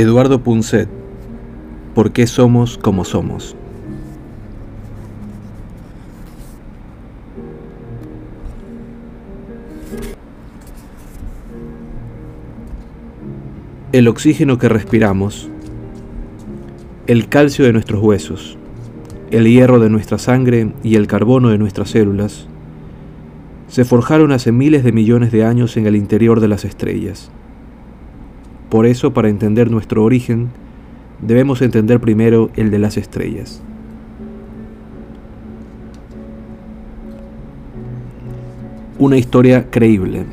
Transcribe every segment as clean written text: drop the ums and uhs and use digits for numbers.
Eduardo Punset, ¿por qué somos como somos? El oxígeno que respiramos, el calcio de nuestros huesos, el hierro de nuestra sangre y el carbono de nuestras células se forjaron hace miles de millones de años en el interior de las estrellas. Por eso, para entender nuestro origen, debemos entender primero el de las estrellas. Una historia creíble.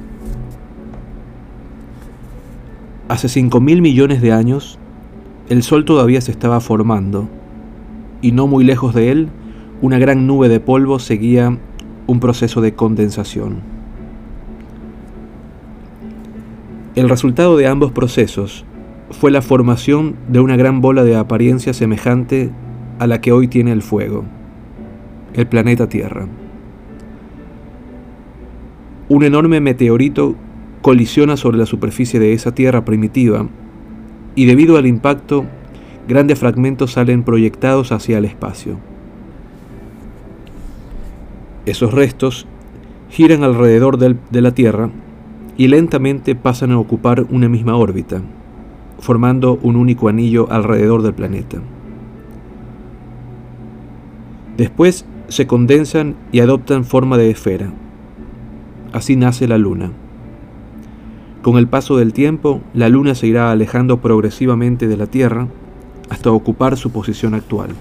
Hace 5.000 millones de años, el Sol todavía se estaba formando, y no muy lejos de él, una gran nube de polvo seguía un proceso de condensación. El resultado de ambos procesos fue la formación de una gran bola de apariencia semejante a la que hoy tiene el fuego, el planeta Tierra. Un enorme meteorito colisiona sobre la superficie de esa Tierra primitiva y debido al impacto, grandes fragmentos salen proyectados hacia el espacio. Esos restos giran alrededor de la Tierra y lentamente pasan a ocupar una misma órbita, formando un único anillo alrededor del planeta. Después se condensan y adoptan forma de esfera. Así nace la Luna. Con el paso del tiempo, la Luna se irá alejando progresivamente de la Tierra hasta ocupar su posición actual.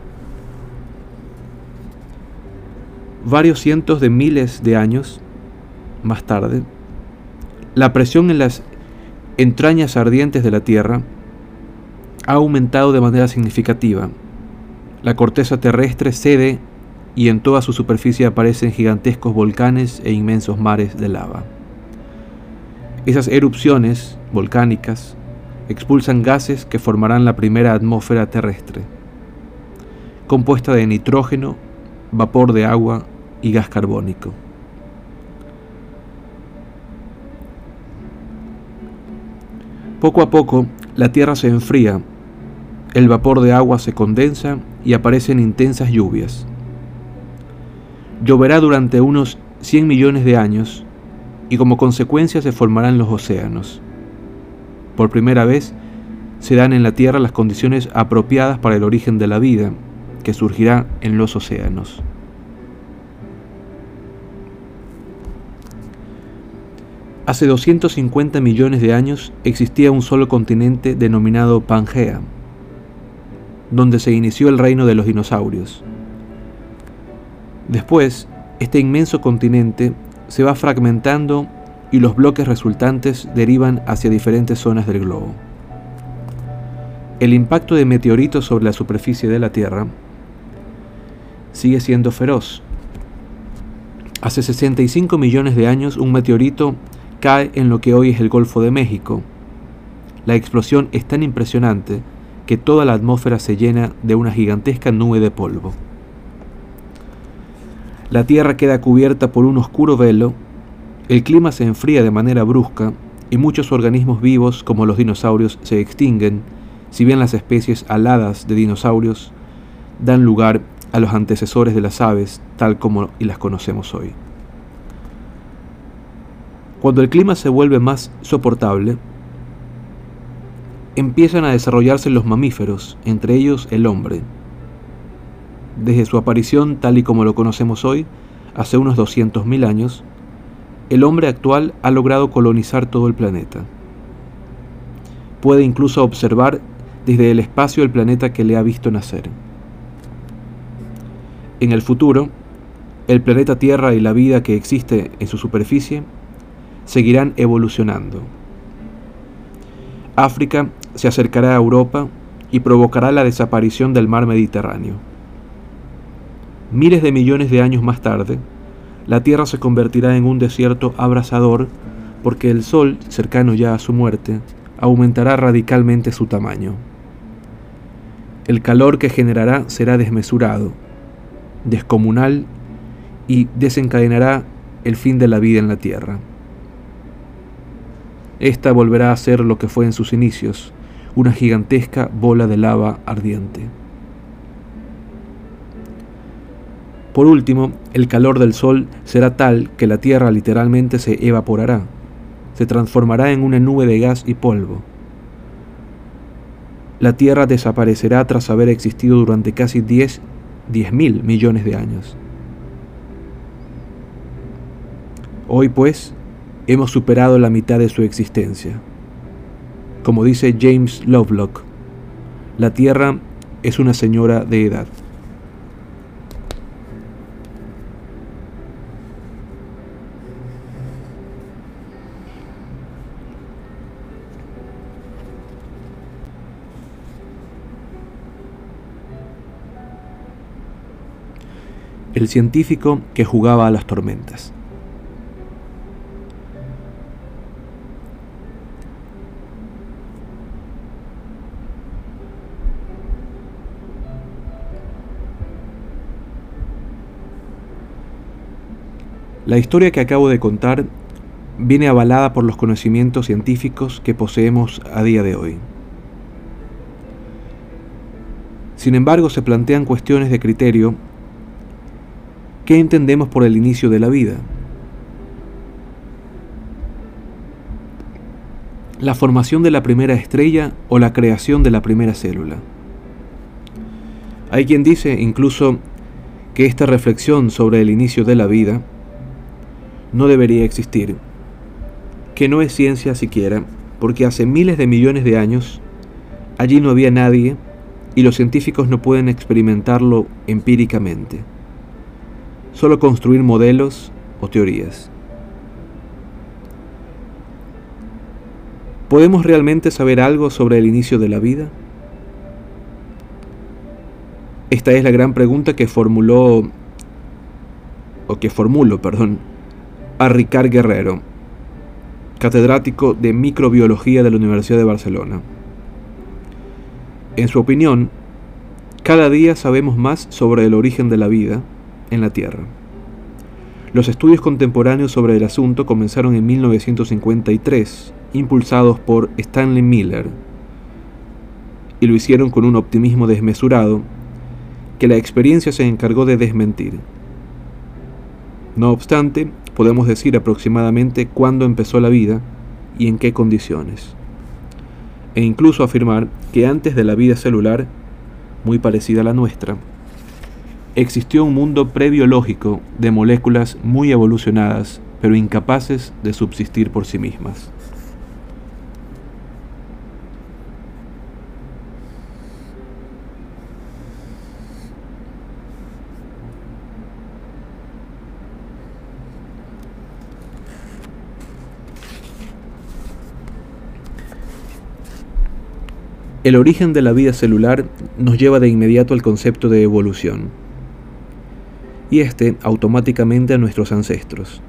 Varios cientos de miles de años más tarde, la presión en las entrañas ardientes de la Tierra ha aumentado de manera significativa. La corteza terrestre cede y en toda su superficie aparecen gigantescos volcanes e inmensos mares de lava. Esas erupciones volcánicas expulsan gases que formarán la primera atmósfera terrestre, compuesta de nitrógeno, vapor de agua y gas carbónico. Poco a poco, la Tierra se enfría, el vapor de agua se condensa y aparecen intensas lluvias. Lloverá durante unos 100 millones de años y como consecuencia se formarán los océanos. Por primera vez, se dan en la Tierra las condiciones apropiadas para el origen de la vida, que surgirá en los océanos. Hace 250 millones de años existía un solo continente denominado Pangea, donde se inició el reino de los dinosaurios. Después, este inmenso continente se va fragmentando y los bloques resultantes derivan hacia diferentes zonas del globo. El impacto de meteoritos sobre la superficie de la Tierra sigue siendo feroz. Hace 65 millones de años un meteorito cae en lo que hoy es el Golfo de México. La explosión es tan impresionante que toda la atmósfera se llena de una gigantesca nube de polvo. La Tierra queda cubierta por un oscuro velo, el clima se enfría de manera brusca y muchos organismos vivos como los dinosaurios se extinguen, si bien las especies aladas de dinosaurios dan lugar a los antecesores de las aves tal como las conocemos hoy. Cuando el clima se vuelve más soportable, empiezan a desarrollarse los mamíferos, entre ellos el hombre. Desde su aparición tal y como lo conocemos hoy, hace unos 200.000 años, el hombre actual ha logrado colonizar todo el planeta. Puede incluso observar desde el espacio el planeta que le ha visto nacer. En el futuro, el planeta Tierra y la vida que existe en su superficie seguirán evolucionando. África se acercará a Europa y provocará la desaparición del mar Mediterráneo. Miles de millones de años más tarde, la Tierra se convertirá en un desierto abrasador porque el Sol, cercano ya a su muerte, aumentará radicalmente su tamaño. El calor que generará será desmesurado, descomunal y desencadenará el fin de la vida en la Tierra. Esta volverá a ser lo que fue en sus inicios, una gigantesca bola de lava ardiente. Por último, el calor del Sol será tal que la Tierra literalmente se evaporará, se transformará en una nube de gas y polvo. La Tierra desaparecerá tras haber existido durante casi 10.000 millones de años. Hoy, pues, hemos superado la mitad de su existencia. Como dice James Lovelock, la Tierra es una señora de edad. El científico que jugaba a las tormentas. La historia que acabo de contar viene avalada por los conocimientos científicos que poseemos a día de hoy. Sin embargo, se plantean cuestiones de criterio. ¿Qué entendemos por el inicio de la vida? ¿La formación de la primera estrella o la creación de la primera célula? Hay quien dice incluso que esta reflexión sobre el inicio de la vida no debería existir, que no es ciencia siquiera, porque hace miles de millones de años allí no había nadie y los científicos no pueden experimentarlo empíricamente. Solo construir modelos o teorías. ¿Podemos realmente saber algo sobre el inicio de la vida? Esta es la gran pregunta que formulo a Ricard Guerrero, catedrático de microbiología de la Universidad de Barcelona. En su opinión, cada día sabemos más sobre el origen de la vida en la Tierra. Los estudios contemporáneos sobre el asunto comenzaron en 1953, impulsados por Stanley Miller, y lo hicieron con un optimismo desmesurado que la experiencia se encargó de desmentir. No obstante, podemos decir aproximadamente cuándo empezó la vida y en qué condiciones, e incluso afirmar que antes de la vida celular, muy parecida a la nuestra, existió un mundo prebiológico de moléculas muy evolucionadas, pero incapaces de subsistir por sí mismas. El origen de la vida celular nos lleva de inmediato al concepto de evolución, y automáticamente a nuestros ancestros.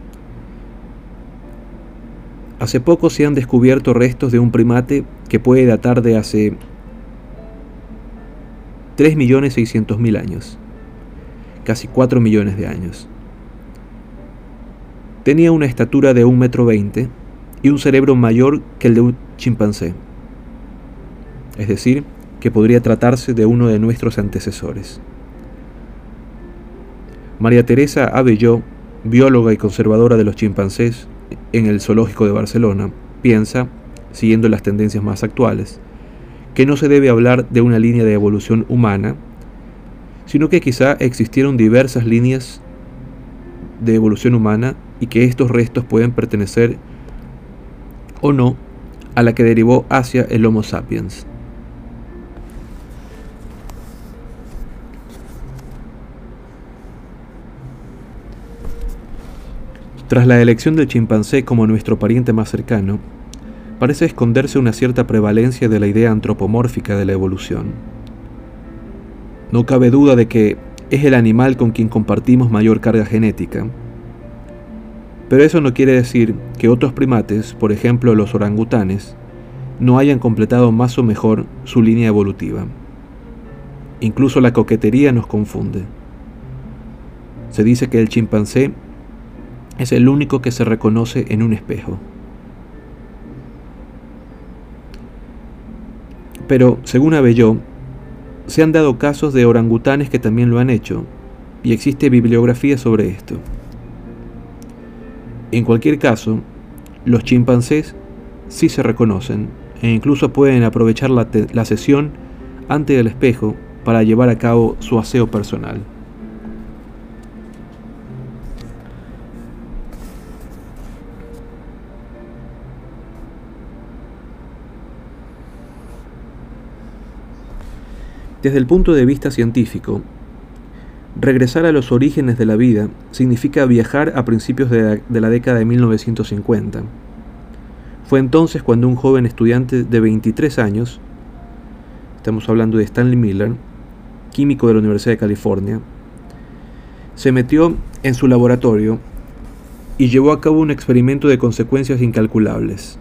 Hace poco se han descubierto restos de un primate que puede datar de hace 3.600.000 años, casi 4 millones de años. Tenía una estatura de 1,20 m y un cerebro mayor que el de un chimpancé, es decir, que podría tratarse de uno de nuestros antecesores. María Teresa Abelló, bióloga y conservadora de los chimpancés en el Zoológico de Barcelona, piensa, siguiendo las tendencias más actuales, que no se debe hablar de una línea de evolución humana, sino que quizá existieron diversas líneas de evolución humana y que estos restos pueden pertenecer o no a la que derivó hacia el Homo sapiens. Tras la elección del chimpancé como nuestro pariente más cercano, parece esconderse una cierta prevalencia de la idea antropomórfica de la evolución. No cabe duda de que es el animal con quien compartimos mayor carga genética, pero eso no quiere decir que otros primates, por ejemplo los orangutanes, no hayan completado más o mejor su línea evolutiva. Incluso la coquetería nos confunde. Se dice que el chimpancé es el único que se reconoce en un espejo. Pero, según Abelló, se han dado casos de orangutanes que también lo han hecho, y existe bibliografía sobre esto. En cualquier caso, los chimpancés sí se reconocen e incluso pueden aprovechar la sesión ante el espejo para llevar a cabo su aseo personal. Desde el punto de vista científico, regresar a los orígenes de la vida significa viajar a principios de la década de 1950. Fue entonces cuando un joven estudiante de 23 años, estamos hablando de Stanley Miller, químico de la Universidad de California, se metió en su laboratorio y llevó a cabo un experimento de consecuencias incalculables.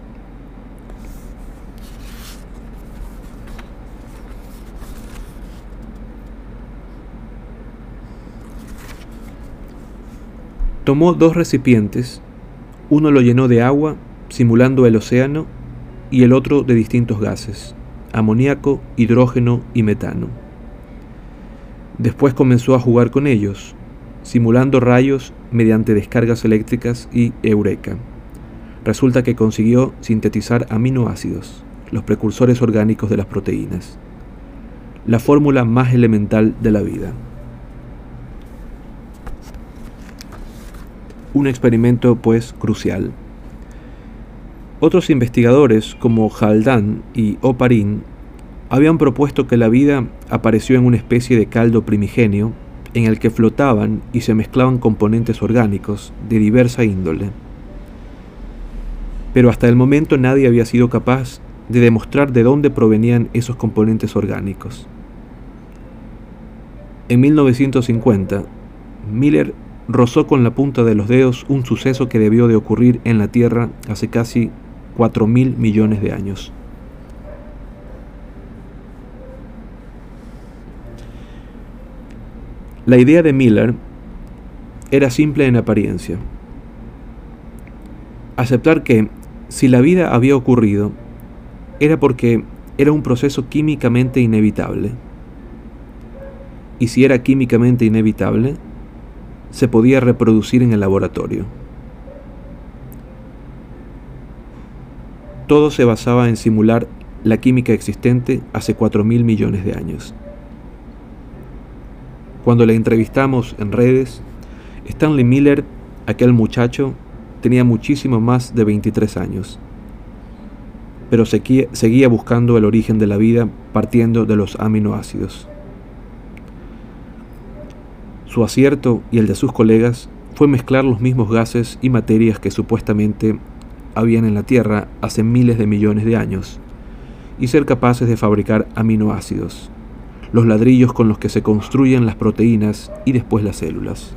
Tomó 2 recipientes, uno lo llenó de agua, simulando el océano, y el otro de distintos gases, amoníaco, hidrógeno y metano. Después comenzó a jugar con ellos, simulando rayos mediante descargas eléctricas y eureka. Resulta que consiguió sintetizar aminoácidos, los precursores orgánicos de las proteínas, la fórmula más elemental de la vida. Un experimento, pues, crucial. Otros investigadores, como Haldane y Oparin, habían propuesto que la vida apareció en una especie de caldo primigenio en el que flotaban y se mezclaban componentes orgánicos de diversa índole. Pero hasta el momento nadie había sido capaz de demostrar de dónde provenían esos componentes orgánicos. En 1950, Miller rozó con la punta de los dedos un suceso que debió de ocurrir en la Tierra hace casi 4.000 millones de años. La idea de Miller era simple en apariencia. Aceptar que, si la vida había ocurrido, era porque era un proceso químicamente inevitable. Y si era químicamente inevitable, se podía reproducir en el laboratorio. Todo se basaba en simular la química existente hace 4.000 millones de años. Cuando le entrevistamos en redes, Stanley Miller, aquel muchacho, tenía muchísimo más de 23 años, pero seguía buscando el origen de la vida partiendo de los aminoácidos. Su acierto y el de sus colegas fue mezclar los mismos gases y materias que supuestamente habían en la Tierra hace miles de millones de años y ser capaces de fabricar aminoácidos, los ladrillos con los que se construyen las proteínas y después las células.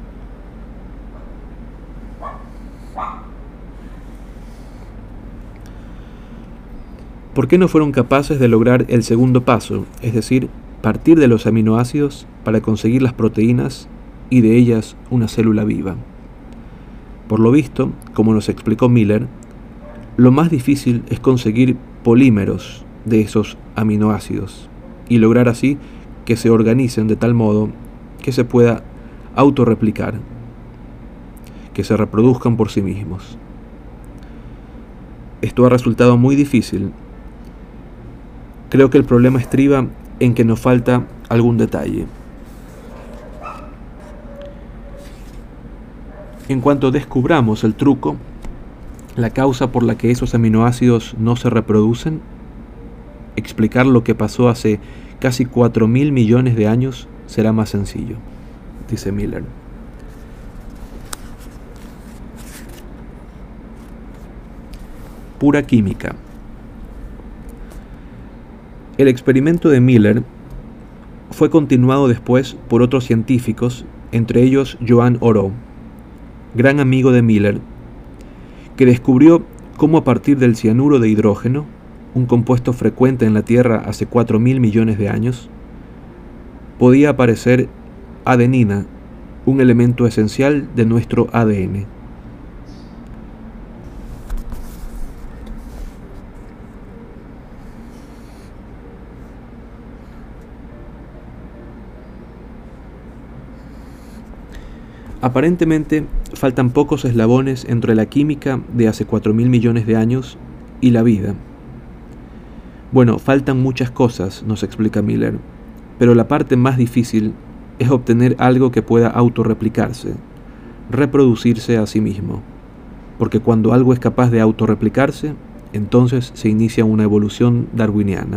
¿Por qué no fueron capaces de lograr el segundo paso, es decir, partir de los aminoácidos para conseguir las proteínas y de ellas una célula viva? Por lo visto, como nos explicó Miller, lo más difícil es conseguir polímeros de esos aminoácidos y lograr así que se organicen de tal modo que se pueda autorreplicar, que se reproduzcan por sí mismos. Esto ha resultado muy difícil. Creo que el problema estriba en que nos falta algún detalle. En cuanto descubramos el truco, la causa por la que esos aminoácidos no se reproducen, explicar lo que pasó hace casi 4.000 millones de años será más sencillo, dice Miller. Pura química. El experimento de Miller fue continuado después por otros científicos, entre ellos Joan Oró, gran amigo de Miller, que descubrió cómo a partir del cianuro de hidrógeno, un compuesto frecuente en la Tierra hace 4.000 millones de años, podía aparecer adenina, un elemento esencial de nuestro ADN. Aparentemente faltan pocos eslabones entre la química de hace 4.000 millones de años y la vida. Bueno, faltan muchas cosas, nos explica Miller, pero la parte más difícil es obtener algo que pueda autorreplicarse, reproducirse a sí mismo, porque cuando algo es capaz de autorreplicarse, entonces se inicia una evolución darwiniana.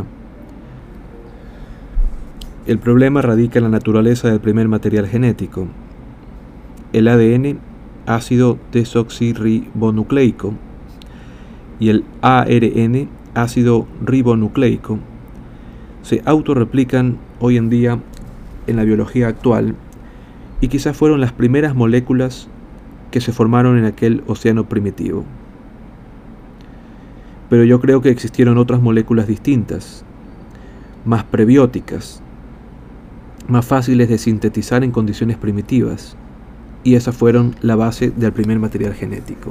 El problema radica en la naturaleza del primer material genético, el ADN, ácido desoxirribonucleico, y el ARN, ácido ribonucleico, se autorreplican hoy en día en la biología actual y quizás fueron las primeras moléculas que se formaron en aquel océano primitivo. Pero yo creo que existieron otras moléculas distintas, más prebióticas, más fáciles de sintetizar en condiciones primitivas, y esas fueron la base del primer material genético.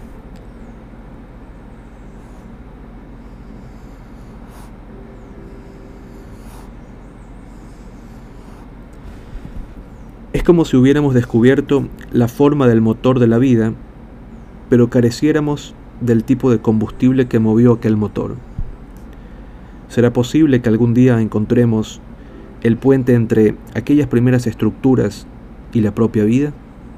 Es como si hubiéramos descubierto la forma del motor de la vida, pero careciéramos del tipo de combustible que movió aquel motor. ¿Será posible que algún día encontremos el puente entre aquellas primeras estructuras y la propia vida?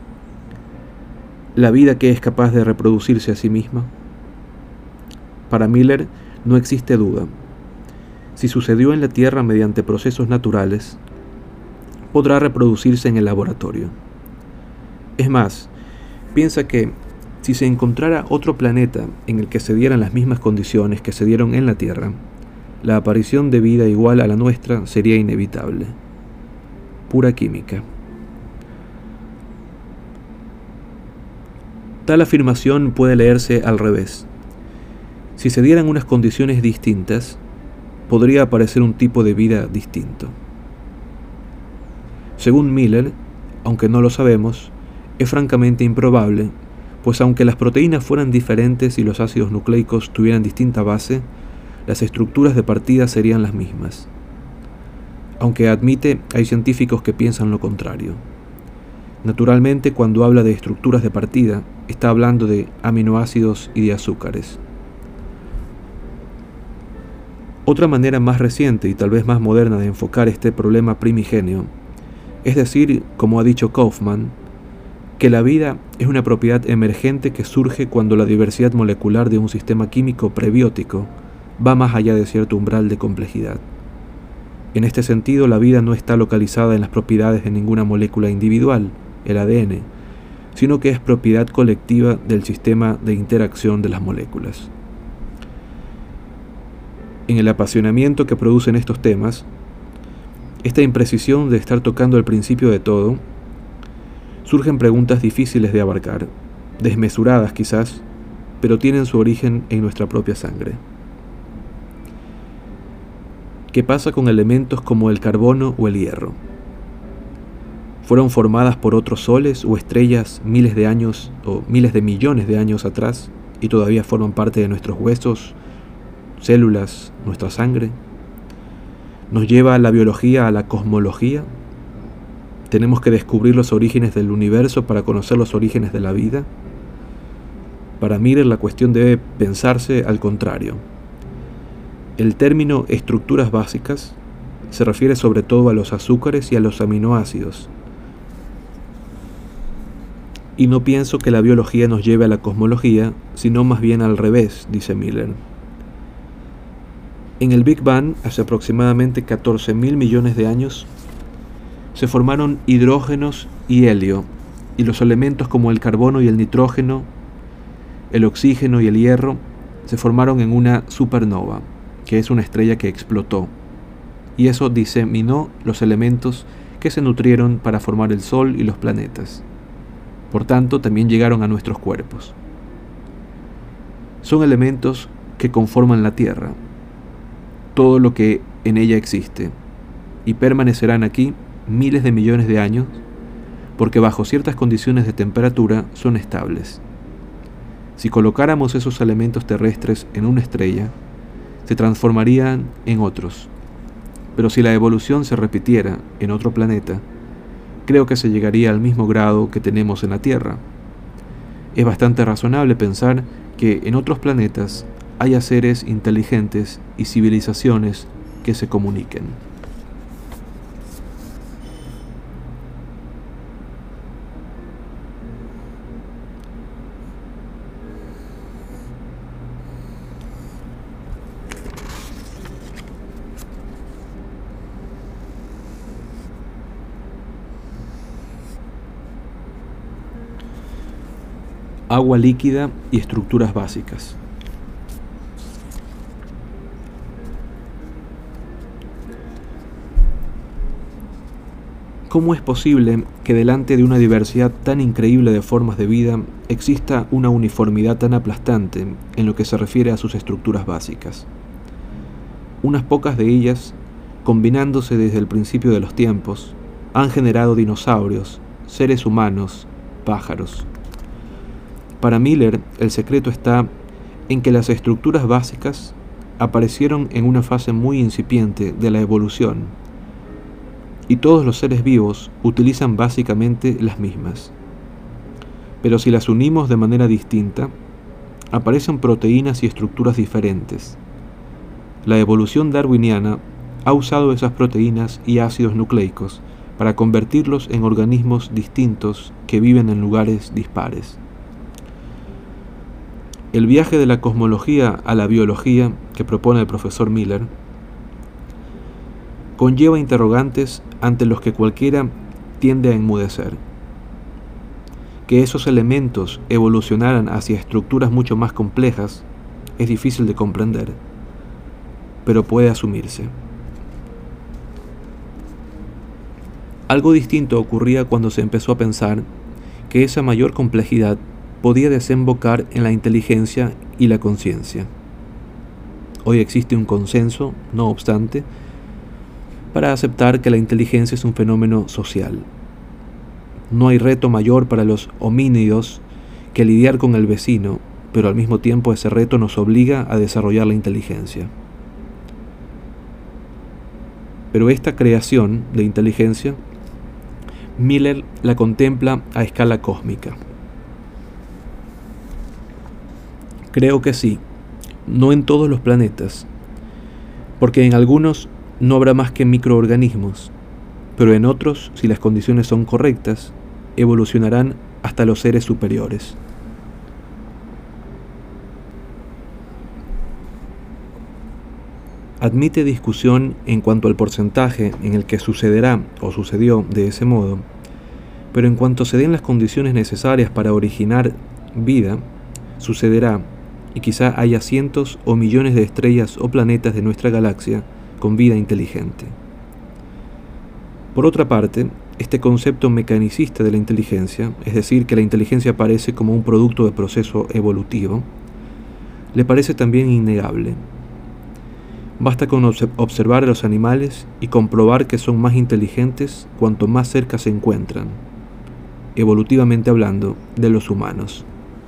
La vida que es capaz de reproducirse a sí misma. Para Miller no existe duda. Si sucedió en la Tierra mediante procesos naturales, podrá reproducirse en el laboratorio. Es más, piensa que si se encontrara otro planeta en el que se dieran las mismas condiciones que se dieron en la Tierra, la aparición de vida igual a la nuestra sería inevitable. Pura química. Tal afirmación puede leerse al revés. Si se dieran unas condiciones distintas, podría aparecer un tipo de vida distinto. Según Miller, aunque no lo sabemos, es francamente improbable, pues aunque las proteínas fueran diferentes y los ácidos nucleicos tuvieran distinta base, las estructuras de partida serían las mismas. Aunque admite, hay científicos que piensan lo contrario. Naturalmente, cuando habla de estructuras de partida, está hablando de aminoácidos y de azúcares. Otra manera más reciente y tal vez más moderna de enfocar este problema primigenio, es decir, como ha dicho Kaufman, que la vida es una propiedad emergente que surge cuando la diversidad molecular de un sistema químico prebiótico va más allá de cierto umbral de complejidad. En este sentido, la vida no está localizada en las propiedades de ninguna molécula individual, el ADN, sino que es propiedad colectiva del sistema de interacción de las moléculas. En el apasionamiento que producen estos temas, esta imprecisión de estar tocando el principio de todo, surgen preguntas difíciles de abarcar, desmesuradas quizás, pero tienen su origen en nuestra propia sangre. ¿Qué pasa con elementos como el carbono o el hierro? ¿Fueron formadas por otros soles o estrellas miles de años o miles de millones de años atrás y todavía forman parte de nuestros huesos, células, nuestra sangre? ¿Nos lleva la biología a la cosmología? ¿Tenemos que descubrir los orígenes del universo para conocer los orígenes de la vida? Para Miller, la cuestión debe pensarse al contrario. El término estructuras básicas se refiere sobre todo a los azúcares y a los aminoácidos. Y no pienso que la biología nos lleve a la cosmología, sino más bien al revés, dice Miller. En el Big Bang, hace aproximadamente 14.000 millones de años, se formaron hidrógenos y helio, y los elementos como el carbono y el nitrógeno, el oxígeno y el hierro, se formaron en una supernova, que es una estrella que explotó, y eso diseminó los elementos que se nutrieron para formar el Sol y los planetas. Por tanto, también llegaron a nuestros cuerpos. Son elementos que conforman la Tierra, todo lo que en ella existe, y permanecerán aquí miles de millones de años, porque bajo ciertas condiciones de temperatura son estables. Si colocáramos esos elementos terrestres en una estrella, se transformarían en otros. Pero si la evolución se repitiera en otro planeta, creo que se llegaría al mismo grado que tenemos en la Tierra. Es bastante razonable pensar que en otros planetas haya seres inteligentes y civilizaciones que se comuniquen. Agua líquida y estructuras básicas. ¿Cómo es posible que delante de una diversidad tan increíble de formas de vida exista una uniformidad tan aplastante en lo que se refiere a sus estructuras básicas? Unas pocas de ellas, combinándose desde el principio de los tiempos, han generado dinosaurios, seres humanos, pájaros. Para Miller, el secreto está en que las estructuras básicas aparecieron en una fase muy incipiente de la evolución, y todos los seres vivos utilizan básicamente las mismas. Pero si las unimos de manera distinta, aparecen proteínas y estructuras diferentes. La evolución darwiniana ha usado esas proteínas y ácidos nucleicos para convertirlos en organismos distintos que viven en lugares dispares. El viaje de la cosmología a la biología que propone el profesor Miller conlleva interrogantes ante los que cualquiera tiende a enmudecer. Que esos elementos evolucionaran hacia estructuras mucho más complejas es difícil de comprender, pero puede asumirse. Algo distinto ocurría cuando se empezó a pensar que esa mayor complejidad podía desembocar en la inteligencia y la conciencia. Hoy existe un consenso, no obstante, para aceptar que la inteligencia es un fenómeno social. No hay reto mayor para los homínidos que lidiar con el vecino, pero al mismo tiempo ese reto nos obliga a desarrollar la inteligencia. Pero esta creación de inteligencia, Miller la contempla a escala cósmica. Creo que sí, no en todos los planetas, porque en algunos no habrá más que microorganismos, pero en otros, si las condiciones son correctas, evolucionarán hasta los seres superiores. Admite discusión en cuanto al porcentaje en el que sucederá o sucedió de ese modo, pero en cuanto se den las condiciones necesarias para originar vida, sucederá, y quizá haya cientos o millones de estrellas o planetas de nuestra galaxia con vida inteligente. Por otra parte, este concepto mecanicista de la inteligencia, es decir, que la inteligencia aparece como un producto de proceso evolutivo, le parece también innegable. Basta con observar a los animales y comprobar que son más inteligentes cuanto más cerca se encuentran, evolutivamente hablando, de los humanos.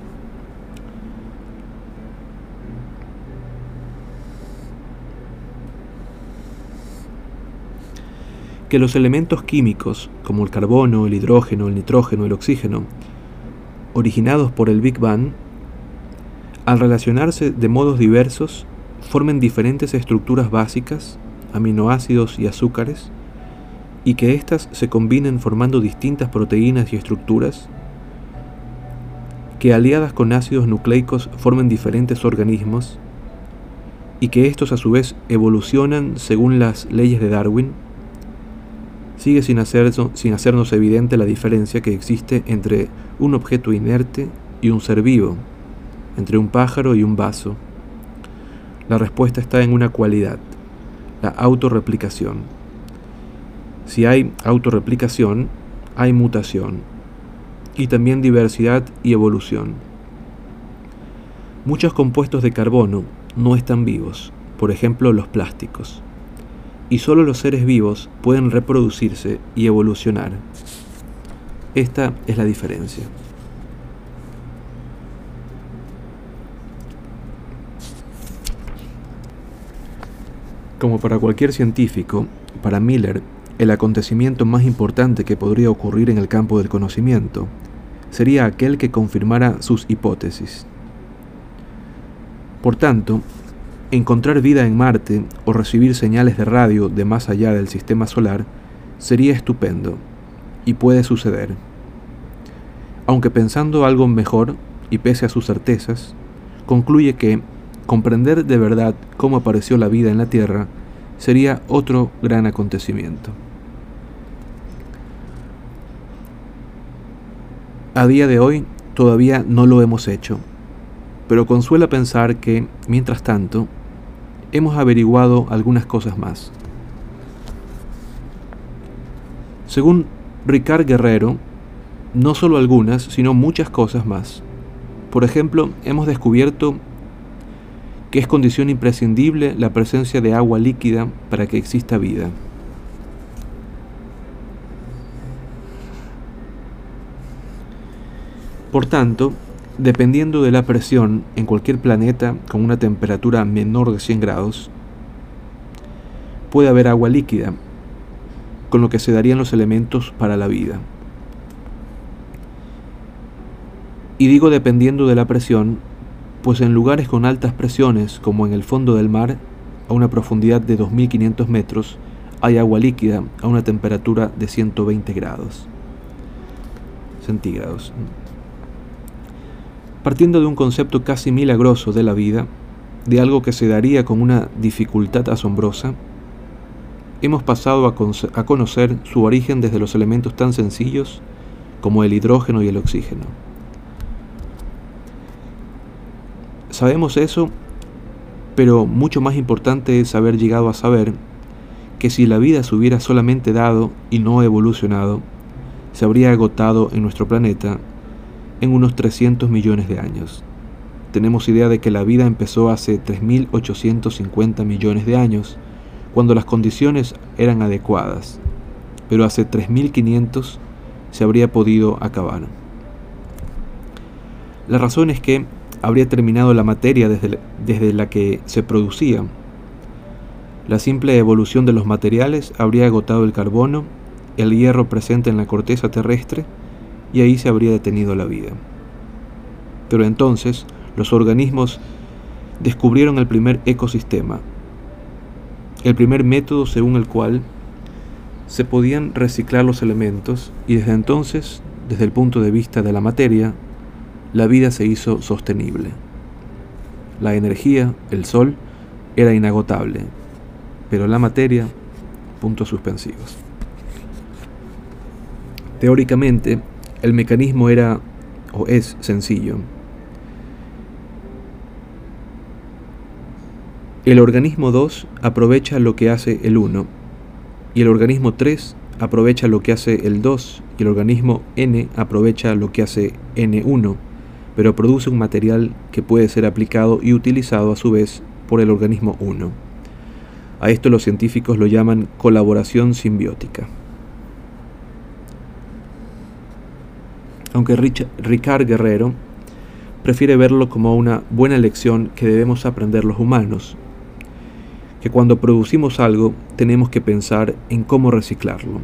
Que los elementos químicos, como el carbono, el hidrógeno, el nitrógeno, el oxígeno, originados por el Big Bang, al relacionarse de modos diversos, formen diferentes estructuras básicas, aminoácidos y azúcares, y que éstas se combinen formando distintas proteínas y estructuras, que aliadas con ácidos nucleicos formen diferentes organismos, y que estos a su vez evolucionan según las leyes de Darwin, sigue sin hacernos evidente la diferencia que existe entre un objeto inerte y un ser vivo, entre un pájaro y un vaso. La respuesta está en una cualidad, la autorreplicación. Si hay autorreplicación, hay mutación, y también diversidad y evolución. Muchos compuestos de carbono no están vivos, por ejemplo los plásticos, y solo los seres vivos pueden reproducirse y evolucionar. Esta es la diferencia. Como para cualquier científico, para Miller, el acontecimiento más importante que podría ocurrir en el campo del conocimiento sería aquel que confirmara sus hipótesis. Por tanto, encontrar vida en Marte o recibir señales de radio de más allá del sistema solar sería estupendo, y puede suceder. Aunque pensando algo mejor, y pese a sus certezas, concluye que comprender de verdad cómo apareció la vida en la Tierra sería otro gran acontecimiento. A día de hoy todavía no lo hemos hecho, pero consuela pensar que, mientras tanto, hemos averiguado algunas cosas más. Según Ricard Guerrero, no solo algunas, sino muchas cosas más. Por ejemplo, hemos descubierto que es condición imprescindible la presencia de agua líquida para que exista vida. Por tanto, dependiendo de la presión en cualquier planeta con una temperatura menor de 100 grados, puede haber agua líquida, con lo que se darían los elementos para la vida. Y digo dependiendo de la presión, pues en lugares con altas presiones, como en el fondo del mar, a una profundidad de 2500 metros, hay agua líquida a una temperatura de 120 grados centígrados. Partiendo de un concepto casi milagroso de la vida, de algo que se daría con una dificultad asombrosa, hemos pasado a conocer su origen desde los elementos tan sencillos como el hidrógeno y el oxígeno. Sabemos eso, pero mucho más importante es haber llegado a saber que si la vida se hubiera solamente dado y no evolucionado, se habría agotado en nuestro planeta en unos 300 millones de años. Tenemos idea de que la vida empezó hace 3.850 millones de años, cuando las condiciones eran adecuadas, pero hace 3.500 se habría podido acabar. La razón es que habría terminado la materia desde la que se producía. La simple evolución de los materiales habría agotado el carbono, el hierro presente en la corteza terrestre, y ahí se habría detenido la vida. Pero entonces los organismos descubrieron el primer ecosistema, el primer método según el cual se podían reciclar los elementos, y desde entonces, desde el punto de vista de la materia, la vida se hizo sostenible. La energía, el sol, era inagotable, pero la materia, puntos suspensivos. Teóricamente, el mecanismo era o es sencillo. El organismo 2 aprovecha lo que hace el 1, y el organismo 3 aprovecha lo que hace el 2, y el organismo N aprovecha lo que hace N1, pero produce un material que puede ser aplicado y utilizado a su vez por el organismo 1. A esto los científicos lo llaman colaboración simbiótica. Aunque Ricard Guerrero prefiere verlo como una buena lección que debemos aprender los humanos, que cuando producimos algo tenemos que pensar en cómo reciclarlo.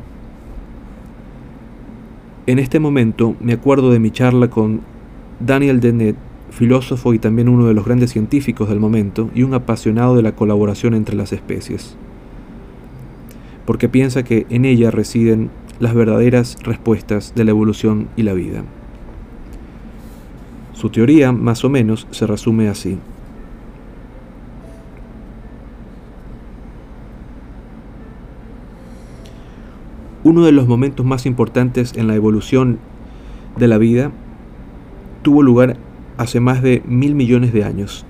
En este momento me acuerdo de mi charla con Daniel Dennett, filósofo y también uno de los grandes científicos del momento y un apasionado de la colaboración entre las especies, porque piensa que en ella residen las verdaderas respuestas de la evolución y la vida. Su teoría, más o menos, se resume así. Uno de los momentos más importantes en la evolución de la vida tuvo lugar hace más de 1.000 millones de años.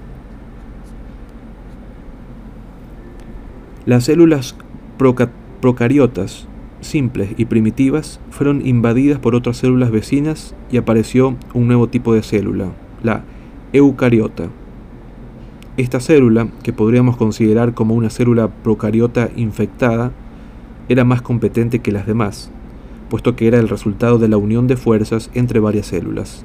Las células procariotas simples y primitivas fueron invadidas por otras células vecinas y apareció un nuevo tipo de célula, la eucariota. Esta célula, que podríamos considerar como una célula procariota infectada, era más competente que las demás, puesto que era el resultado de la unión de fuerzas entre varias células.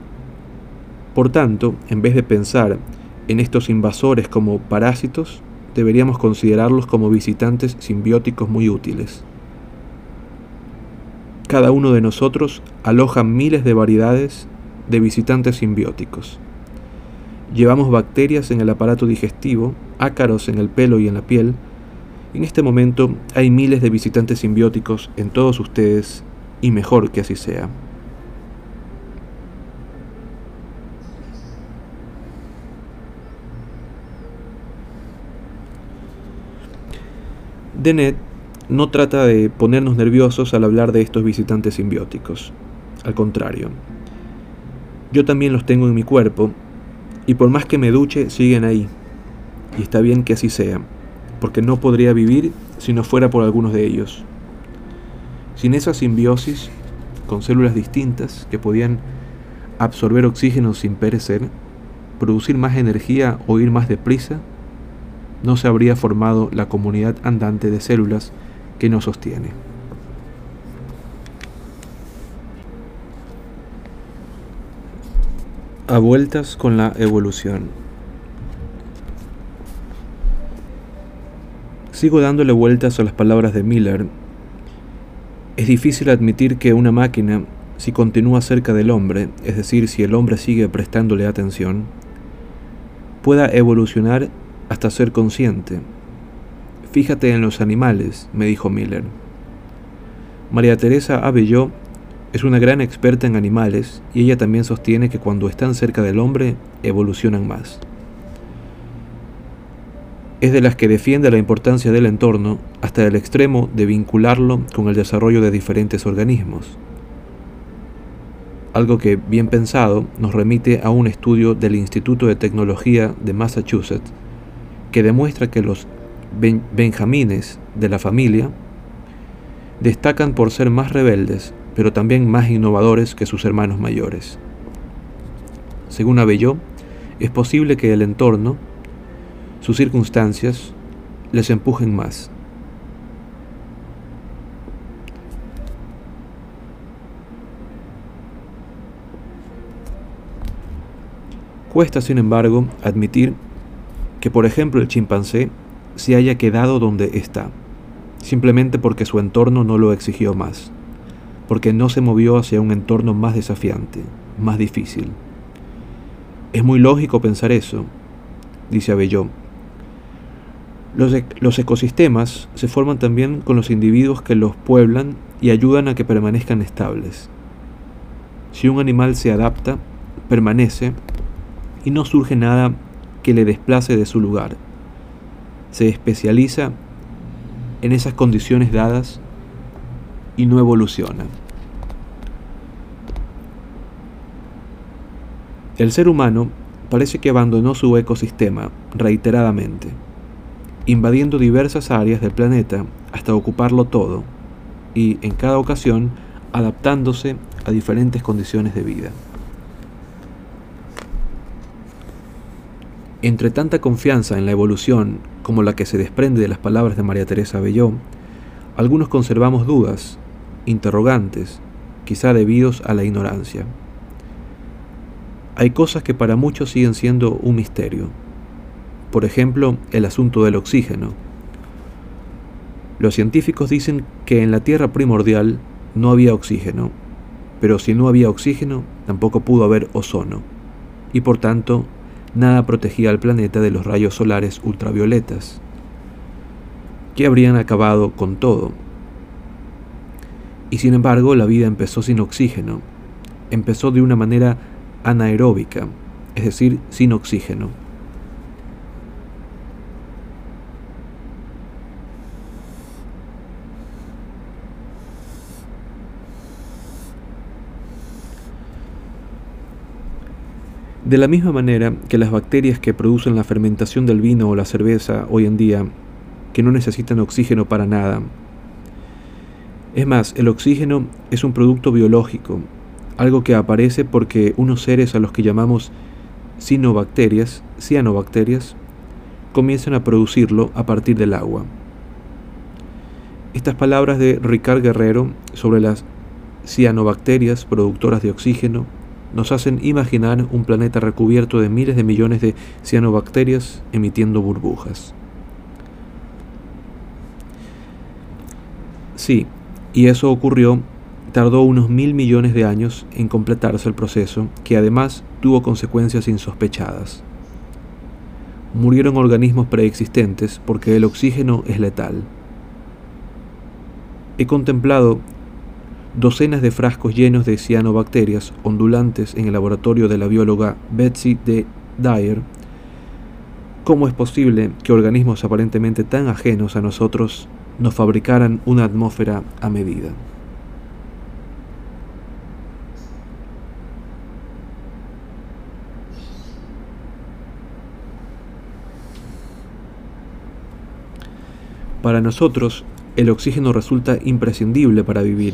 Por tanto, en vez de pensar en estos invasores como parásitos, deberíamos considerarlos como visitantes simbióticos muy útiles. Cada uno de nosotros aloja miles de variedades de visitantes simbióticos. Llevamos bacterias en el aparato digestivo, ácaros en el pelo y en la piel. En este momento hay miles de visitantes simbióticos en todos ustedes, y mejor que así sea. Dennett no trata de ponernos nerviosos al hablar de estos visitantes simbióticos. Al contrario, yo también los tengo en mi cuerpo, y por más que me duche, siguen ahí. Y está bien que así sea, porque no podría vivir si no fuera por algunos de ellos. Sin esa simbiosis, con células distintas que podían absorber oxígeno sin perecer, producir más energía o ir más deprisa, no se habría formado la comunidad andante de células que nos sostiene. A vueltas con la evolución. Sigo dándole vueltas a las palabras de Miller. Es difícil admitir que una máquina, si continúa cerca del hombre, es decir, si el hombre sigue prestándole atención, pueda evolucionar hasta ser consciente. Fíjate en los animales, me dijo Miller. María Teresa Abelló es una gran experta en animales y ella también sostiene que cuando están cerca del hombre, evolucionan más. Es de las que defiende la importancia del entorno hasta el extremo de vincularlo con el desarrollo de diferentes organismos. Algo que, bien pensado, nos remite a un estudio del Instituto de Tecnología de Massachusetts que demuestra que los benjamines de la familia destacan por ser más rebeldes, pero también más innovadores que sus hermanos mayores. Según Abelló, es posible que el entorno, sus circunstancias, les empujen más. Cuesta, sin embargo, admitir que, por ejemplo, el chimpancé se haya quedado donde está, simplemente porque su entorno no lo exigió más, porque no se movió hacia un entorno más desafiante, más difícil. Es muy lógico pensar eso, dice Abelló. Los ecosistemas se forman también con los individuos que los pueblan y ayudan a que permanezcan estables. Si un animal se adapta, permanece y no surge nada que le desplace de su lugar. Se especializa en esas condiciones dadas y no evoluciona. El ser humano parece que abandonó su ecosistema reiteradamente, invadiendo diversas áreas del planeta hasta ocuparlo todo, y en cada ocasión adaptándose a diferentes condiciones de vida. Entre tanta confianza en la evolución como la que se desprende de las palabras de María Teresa Abelló, algunos conservamos dudas, interrogantes, quizá debidos a la ignorancia. Hay cosas que para muchos siguen siendo un misterio. Por ejemplo, el asunto del oxígeno. Los científicos dicen que en la Tierra primordial no había oxígeno, pero si no había oxígeno, tampoco pudo haber ozono, y por tanto, nada protegía al planeta de los rayos solares ultravioletas, que habrían acabado con todo. Y sin embargo, la vida empezó sin oxígeno, empezó de una manera anaeróbica, es decir, sin oxígeno. De la misma manera que las bacterias que producen la fermentación del vino o la cerveza hoy en día, que no necesitan oxígeno para nada. Es más, el oxígeno es un producto biológico, algo que aparece porque unos seres a los que llamamos cianobacterias, comienzan a producirlo a partir del agua. Estas palabras de Ricard Guerrero sobre las cianobacterias productoras de oxígeno nos hacen imaginar un planeta recubierto de miles de millones de cianobacterias emitiendo burbujas. Sí, y eso ocurrió, tardó unos 1.000 millones de años en completarse el proceso, que además tuvo consecuencias insospechadas. Murieron organismos preexistentes porque el oxígeno es letal. He contemplado docenas de frascos llenos de cianobacterias ondulantes en el laboratorio de la bióloga Betsy D. Dyer. ¿Cómo es posible que organismos aparentemente tan ajenos a nosotros nos fabricaran una atmósfera a medida? Para nosotros, el oxígeno resulta imprescindible para vivir.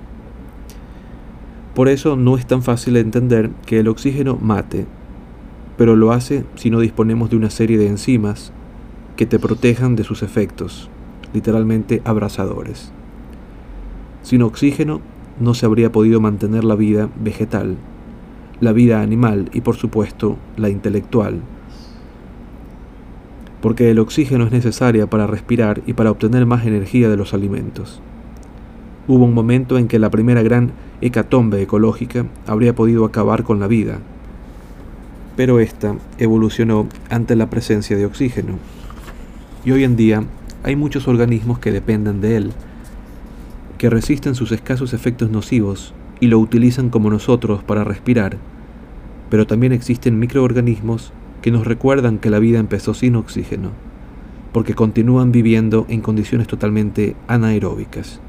Por eso no es tan fácil entender que el oxígeno mate, pero lo hace si no disponemos de una serie de enzimas que te protejan de sus efectos, literalmente abrasadores. Sin oxígeno no se habría podido mantener la vida vegetal, la vida animal y por supuesto la intelectual, porque el oxígeno es necesario para respirar y para obtener más energía de los alimentos. Hubo un momento en que la primera gran hecatombe ecológica habría podido acabar con la vida, pero esta evolucionó ante la presencia de oxígeno. Y hoy en día hay muchos organismos que dependen de él, que resisten sus escasos efectos nocivos y lo utilizan como nosotros para respirar, pero también existen microorganismos que nos recuerdan que la vida empezó sin oxígeno, porque continúan viviendo en condiciones totalmente anaeróbicas.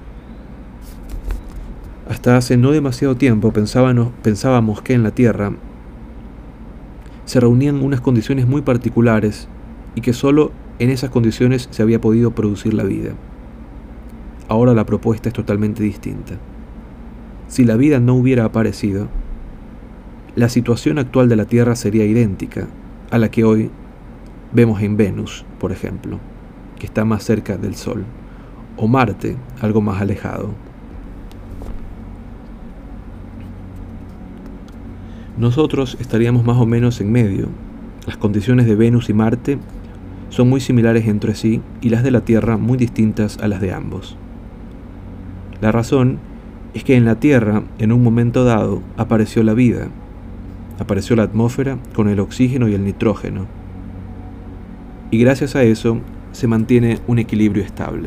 Hasta hace no demasiado tiempo pensábamos que en la Tierra se reunían unas condiciones muy particulares y que solo en esas condiciones se había podido producir la vida. Ahora la propuesta es totalmente distinta. Si la vida no hubiera aparecido, la situación actual de la Tierra sería idéntica a la que hoy vemos en Venus, por ejemplo, que está más cerca del Sol, o Marte, algo más alejado. Nosotros estaríamos más o menos en medio. Las condiciones de Venus y Marte son muy similares entre sí y las de la Tierra muy distintas a las de ambos. La razón es que en la Tierra, en un momento dado, apareció la vida. Apareció la atmósfera con el oxígeno y el nitrógeno. Y gracias a eso se mantiene un equilibrio estable.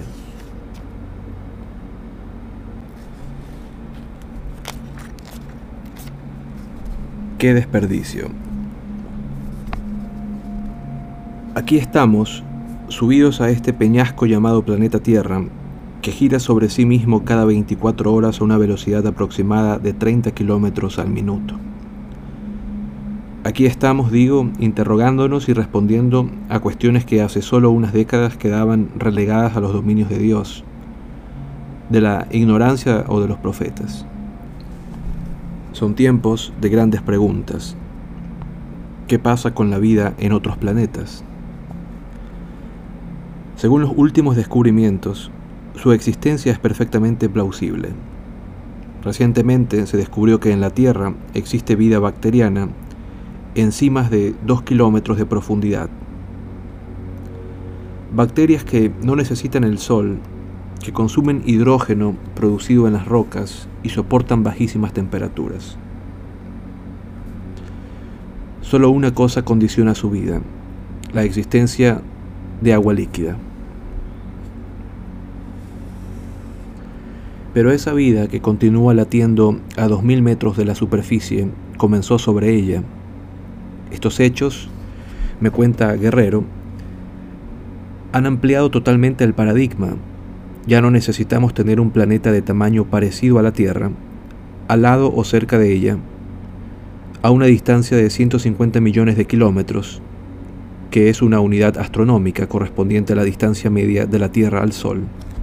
¡Qué desperdicio! Aquí estamos, subidos a este peñasco llamado planeta Tierra, que gira sobre sí mismo cada 24 horas a una velocidad aproximada de 30 kilómetros al minuto. Aquí estamos, digo, interrogándonos y respondiendo a cuestiones que hace solo unas décadas quedaban relegadas a los dominios de Dios, de la ignorancia o de los profetas. Son tiempos de grandes preguntas. ¿Qué pasa con la vida en otros planetas? Según los últimos descubrimientos, su existencia es perfectamente plausible. Recientemente se descubrió que en la Tierra existe vida bacteriana en cimas de 2 kilómetros de profundidad. Bacterias que no necesitan el sol, que consumen hidrógeno producido en las rocas y soportan bajísimas temperaturas. Solo una cosa condiciona su vida: la existencia de agua líquida. Pero esa vida que continúa latiendo a 2000 metros de la superficie comenzó sobre ella. Estos hechos, me cuenta Guerrero, han ampliado totalmente el paradigma. Ya no necesitamos tener un planeta de tamaño parecido a la Tierra, al lado o cerca de ella, a una distancia de 150 millones de kilómetros, que es una unidad astronómica correspondiente a la distancia media de la Tierra al Sol.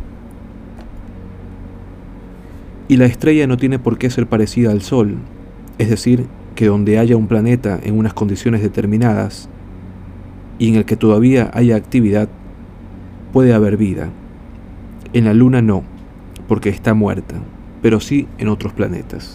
Y la estrella no tiene por qué ser parecida al Sol, es decir, que donde haya un planeta en unas condiciones determinadas y en el que todavía haya actividad, puede haber vida. En la Luna no, porque está muerta, pero sí en otros planetas.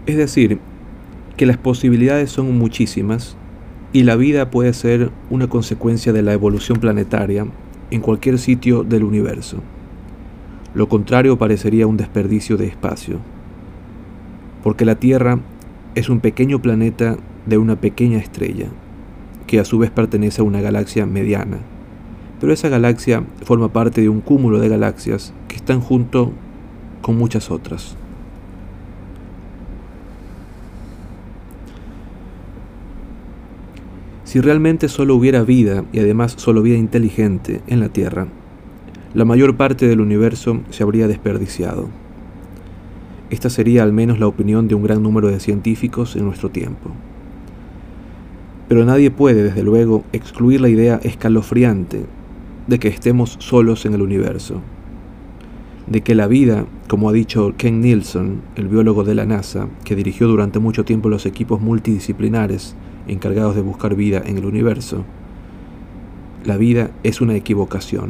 Es decir, que las posibilidades son muchísimas y la vida puede ser una consecuencia de la evolución planetaria en cualquier sitio del universo. Lo contrario parecería un desperdicio de espacio, porque la Tierra es un pequeño planeta de una pequeña estrella, que a su vez pertenece a una galaxia mediana, pero esa galaxia forma parte de un cúmulo de galaxias que están junto con muchas otras. Si realmente solo hubiera vida, y además solo vida inteligente, en la Tierra, la mayor parte del universo se habría desperdiciado. Esta sería al menos la opinión de un gran número de científicos en nuestro tiempo. Pero nadie puede, desde luego, excluir la idea escalofriante de que estemos solos en el universo, de que la vida, como ha dicho Ken Nielsen, el biólogo de la NASA, que dirigió durante mucho tiempo los equipos multidisciplinares encargados de buscar vida en el universo, la vida es una equivocación,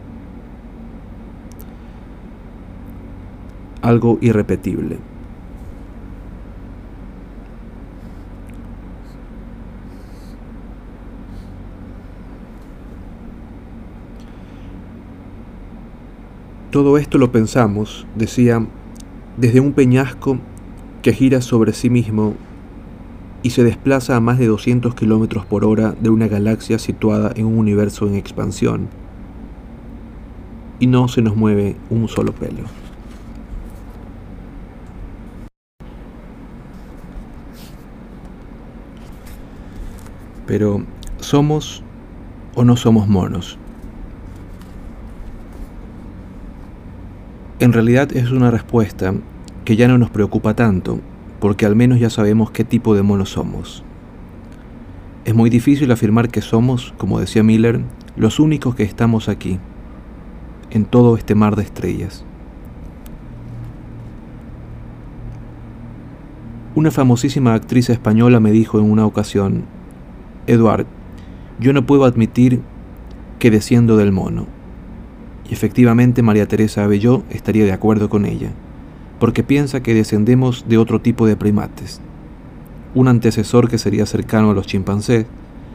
algo irrepetible. Todo esto lo pensamos, decía, desde un peñasco que gira sobre sí mismo y se desplaza a más de 200 kilómetros por hora de una galaxia situada en un universo en expansión, y no se nos mueve un solo pelo. Pero, ¿somos o no somos monos? En realidad es una respuesta que ya no nos preocupa tanto, porque al menos ya sabemos qué tipo de monos somos. Es muy difícil afirmar que somos, como decía Miller, los únicos que estamos aquí, en todo este mar de estrellas. Una famosísima actriz española me dijo en una ocasión: Eduard, yo no puedo admitir que desciendo del mono. Y efectivamente María Teresa Abelló estaría de acuerdo con ella, porque piensa que descendemos de otro tipo de primates, un antecesor que sería cercano a los chimpancés,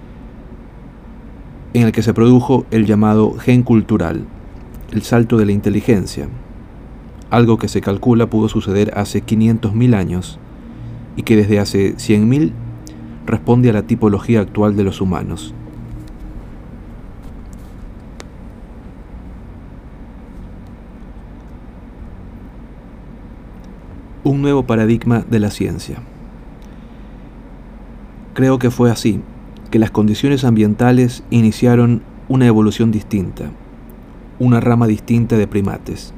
en el que se produjo el llamado gen cultural, el salto de la inteligencia, algo que se calcula pudo suceder hace 500.000 años y que desde hace 100.000 responde a la tipología actual de los humanos. Un nuevo paradigma de la ciencia. Creo que fue así, que las condiciones ambientales iniciaron una evolución distinta, una rama distinta de primates.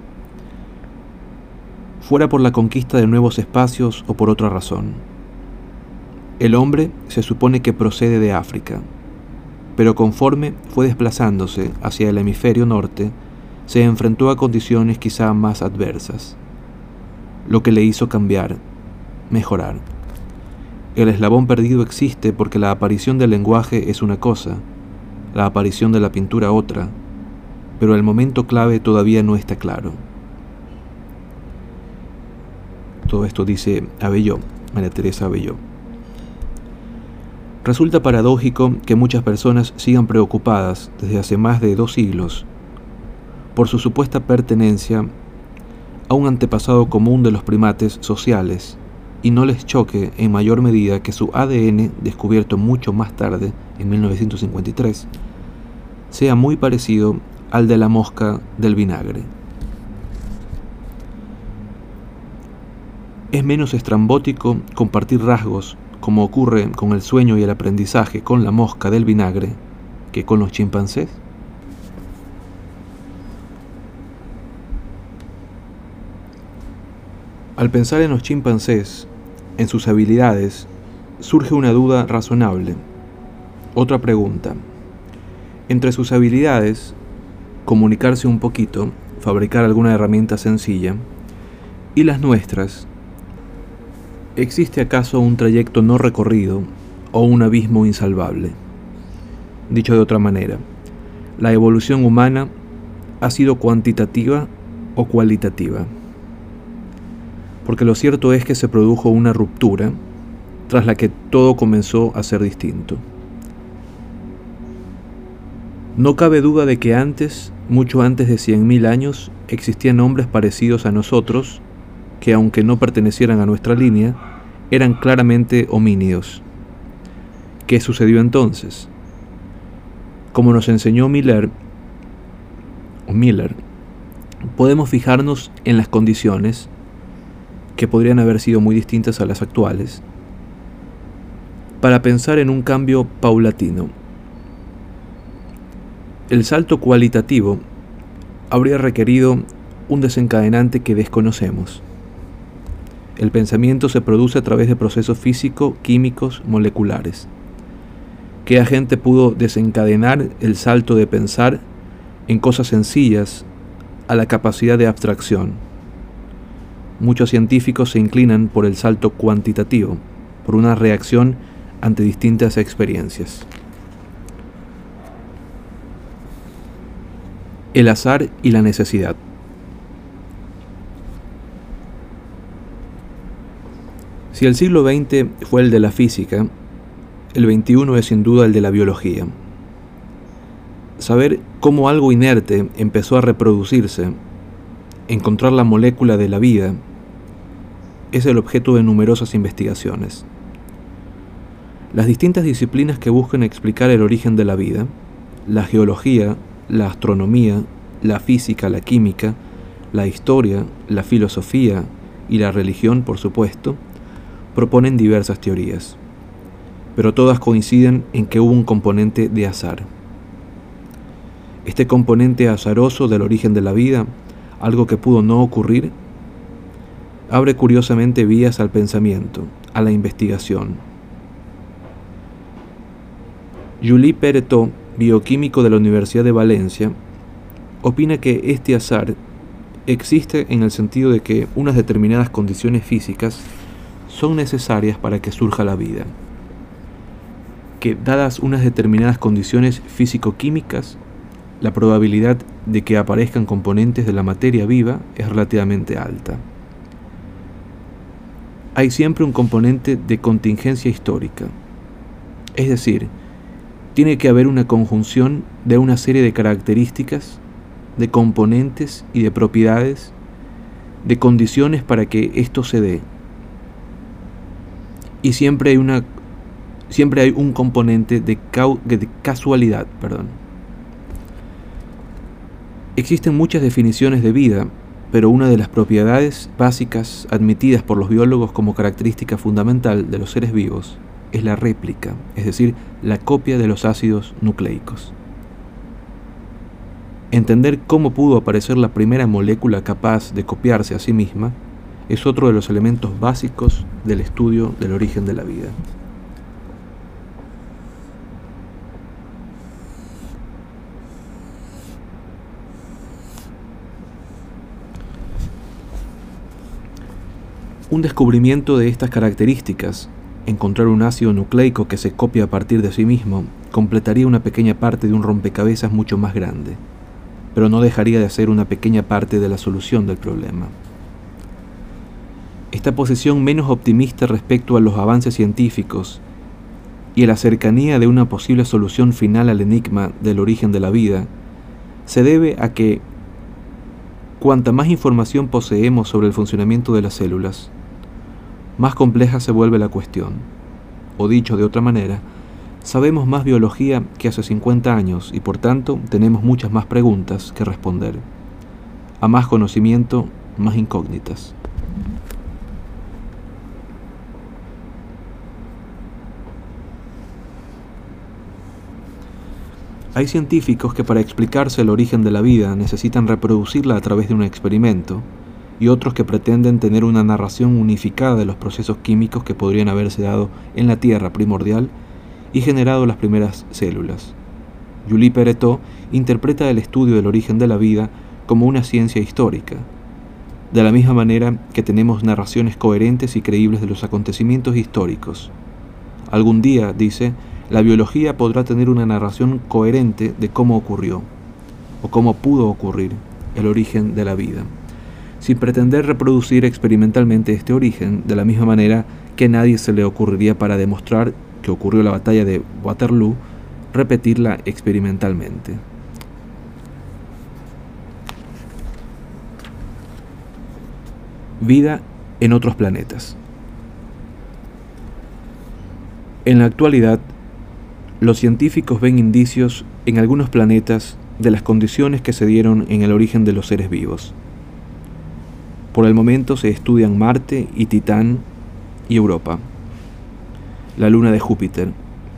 Fuera por la conquista de nuevos espacios o por otra razón. El hombre se supone que procede de África, pero conforme fue desplazándose hacia el hemisferio norte, se enfrentó a condiciones quizá más adversas, lo que le hizo cambiar, mejorar. El eslabón perdido existe porque la aparición del lenguaje es una cosa, la aparición de la pintura otra, pero el momento clave todavía no está claro. Todo esto dice Abelló, María Teresa Abelló. Resulta paradójico que muchas personas sigan preocupadas desde hace más de 2 siglos por su supuesta pertenencia a un antepasado común de los primates sociales y no les choque en mayor medida que su ADN, descubierto mucho más tarde, en 1953, sea muy parecido al de la mosca del vinagre. Es menos estrambótico compartir rasgos, como ocurre con el sueño y el aprendizaje con la mosca del vinagre, que con los chimpancés. Al pensar en los chimpancés, en sus habilidades, surge una duda razonable. Otra pregunta. Entre sus habilidades, comunicarse un poquito, fabricar alguna herramienta sencilla, y las nuestras, ¿existe acaso un trayecto no recorrido o un abismo insalvable? Dicho de otra manera, ¿la evolución humana ha sido cuantitativa o cualitativa? porque lo cierto es que se produjo una ruptura tras la que todo comenzó a ser distinto. No cabe duda de que antes, mucho antes de 100.000 años, existían hombres parecidos a nosotros, que aunque no pertenecieran a nuestra línea, eran claramente homínidos. ¿Qué sucedió entonces? Como nos enseñó Miller, podemos fijarnos en las condiciones, que podrían haber sido muy distintas a las actuales, para pensar en un cambio paulatino. El salto cualitativo habría requerido un desencadenante que desconocemos. El pensamiento se produce a través de procesos físico-químicos moleculares. ¿Qué agente pudo desencadenar el salto de pensar en cosas sencillas a la capacidad de abstracción? Muchos científicos se inclinan por el salto cuantitativo, por una reacción ante distintas experiencias. El azar y la necesidad. Si el siglo XX fue el de la física, el XXI es sin duda el de la biología. Saber cómo algo inerte empezó a reproducirse, encontrar la molécula de la vida, es el objeto de numerosas investigaciones. Las distintas disciplinas que buscan explicar el origen de la vida, la geología, la astronomía, la física, la química, la historia, la filosofía y la religión, por supuesto, proponen diversas teorías, pero todas coinciden en que hubo un componente de azar. Este componente azaroso del origen de la vida, algo que pudo no ocurrir, abre curiosamente vías al pensamiento, a la investigación. Julie Perretot, bioquímico de la Universidad de Valencia, opina que este azar existe en el sentido de que unas determinadas condiciones físicas son necesarias para que surja la vida, que dadas unas determinadas condiciones físico-químicas, la probabilidad de que aparezcan componentes de la materia viva es relativamente alta. Hay siempre un componente de contingencia histórica, es decir, tiene que haber una conjunción de una serie de características, de componentes y de propiedades, de condiciones para que esto se dé. Y siempre hay un componente de casualidad. Existen muchas definiciones de vida, pero una de las propiedades básicas admitidas por los biólogos como característica fundamental de los seres vivos es la réplica, es decir, la copia de los ácidos nucleicos. Entender cómo pudo aparecer la primera molécula capaz de copiarse a sí misma es otro de los elementos básicos del estudio del origen de la vida. Un descubrimiento de estas características, encontrar un ácido nucleico que se copia a partir de sí mismo, completaría una pequeña parte de un rompecabezas mucho más grande, pero no dejaría de ser una pequeña parte de la solución del problema. Esta posición menos optimista respecto a los avances científicos y a la cercanía de una posible solución final al enigma del origen de la vida se debe a que cuanta más información poseemos sobre el funcionamiento de las células, más compleja se vuelve la cuestión. O dicho de otra manera, sabemos más biología que hace 50 años y por tanto tenemos muchas más preguntas que responder. A más conocimiento, más incógnitas. Hay científicos que para explicarse el origen de la vida necesitan reproducirla a través de un experimento, y otros que pretenden tener una narración unificada de los procesos químicos que podrían haberse dado en la Tierra primordial y generado las primeras células. Julie Perretot interpreta el estudio del origen de la vida como una ciencia histórica, de la misma manera que tenemos narraciones coherentes y creíbles de los acontecimientos históricos. Algún día, dice, la biología podrá tener una narración coherente de cómo ocurrió, o cómo pudo ocurrir, el origen de la vida. sin pretender reproducir experimentalmente este origen, de la misma manera que a nadie se le ocurriría, para demostrar que ocurrió la batalla de Waterloo, repetirla experimentalmente. Vida en otros planetas. En la actualidad, los científicos ven indicios en algunos planetas de las condiciones que se dieron en el origen de los seres vivos. Por el momento se estudian Marte y Titán y Europa, la luna de Júpiter,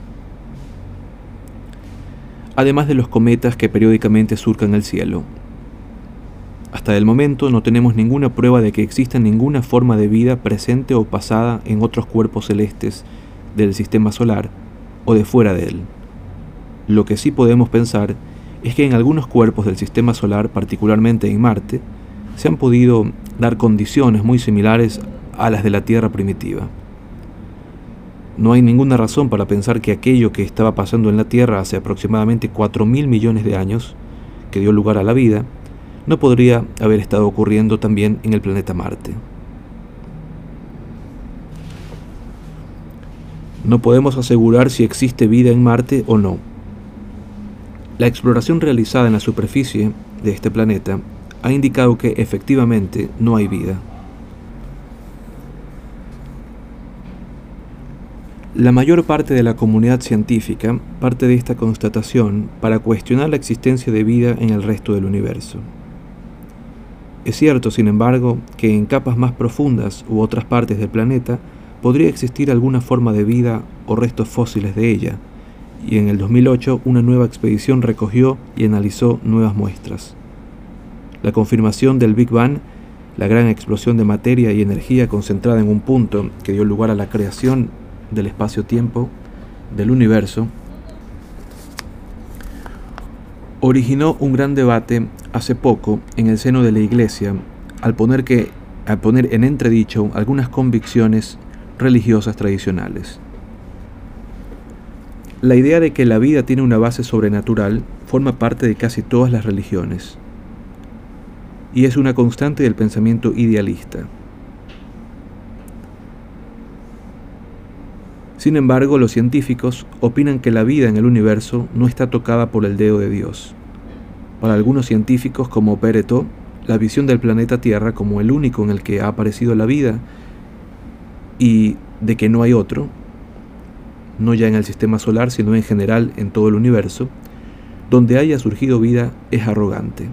además de los cometas que periódicamente surcan el cielo. Hasta el momento no tenemos ninguna prueba de que exista ninguna forma de vida presente o pasada en otros cuerpos celestes del sistema solar o de fuera de él. Lo que sí podemos pensar es que en algunos cuerpos del sistema solar, particularmente en Marte, se han podido dar condiciones muy similares a las de la Tierra primitiva. No hay ninguna razón para pensar que aquello que estaba pasando en la Tierra hace aproximadamente 4.000 millones de años, que dio lugar a la vida, no podría haber estado ocurriendo también en el planeta Marte. No podemos asegurar si existe vida en Marte o no. La exploración realizada en la superficie de este planeta ha indicado que efectivamente no hay vida. La mayor parte de la comunidad científica parte de esta constatación para cuestionar la existencia de vida en el resto del universo. Es cierto, sin embargo, que en capas más profundas u otras partes del planeta podría existir alguna forma de vida o restos fósiles de ella, y en el 2008 una nueva expedición recogió y analizó nuevas muestras. La confirmación del Big Bang, la gran explosión de materia y energía concentrada en un punto que dio lugar a la creación del espacio-tiempo del universo, originó un gran debate hace poco en el seno de la Iglesia al poner en entredicho algunas convicciones religiosas tradicionales. La idea de que la vida tiene una base sobrenatural forma parte de casi todas las religiones y es una constante del pensamiento idealista. Sin embargo, los científicos opinan que la vida en el universo no está tocada por el dedo de Dios. Para algunos científicos, como Pereto, la visión del planeta Tierra como el único en el que ha aparecido la vida y de que no hay otro, no ya en el sistema solar, sino en general en todo el universo, donde haya surgido vida, es arrogante.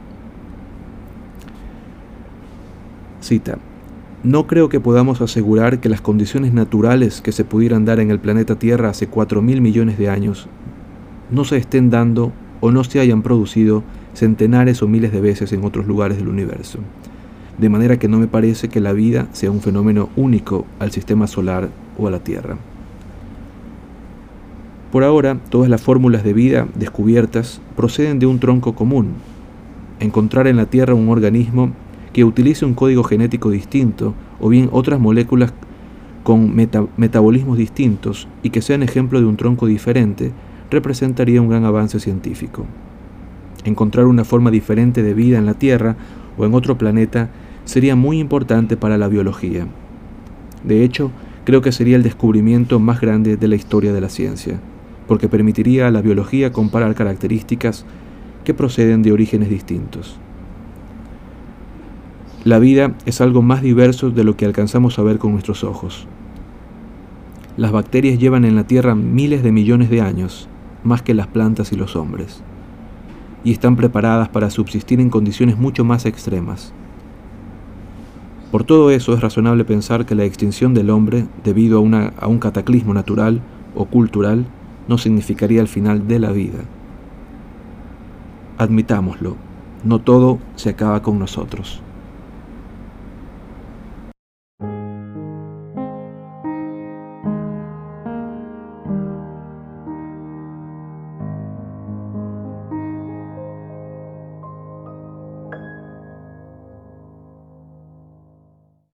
Cita: no creo que podamos asegurar que las condiciones naturales que se pudieran dar en el planeta Tierra hace 4.000 millones de años no se estén dando o no se hayan producido centenares o miles de veces en otros lugares del universo. De manera que no me parece que la vida sea un fenómeno único al sistema solar o a la Tierra. Por ahora, todas las fórmulas de vida descubiertas proceden de un tronco común: encontrar en la Tierra un organismo que utilice un código genético distinto o bien otras moléculas con metabolismos distintos y que sean ejemplo de un tronco diferente representaría un gran avance científico. Encontrar una forma diferente de vida en la Tierra o en otro planeta sería muy importante para la biología. De hecho, creo que sería el descubrimiento más grande de la historia de la ciencia, porque permitiría a la biología comparar características que proceden de orígenes distintos. La vida es algo más diverso de lo que alcanzamos a ver con nuestros ojos. Las bacterias llevan en la Tierra miles de millones de años, más que las plantas y los hombres, y están preparadas para subsistir en condiciones mucho más extremas. Por todo eso es razonable pensar que la extinción del hombre, debido a un cataclismo natural o cultural, no significaría el final de la vida. Admitámoslo, no todo se acaba con nosotros.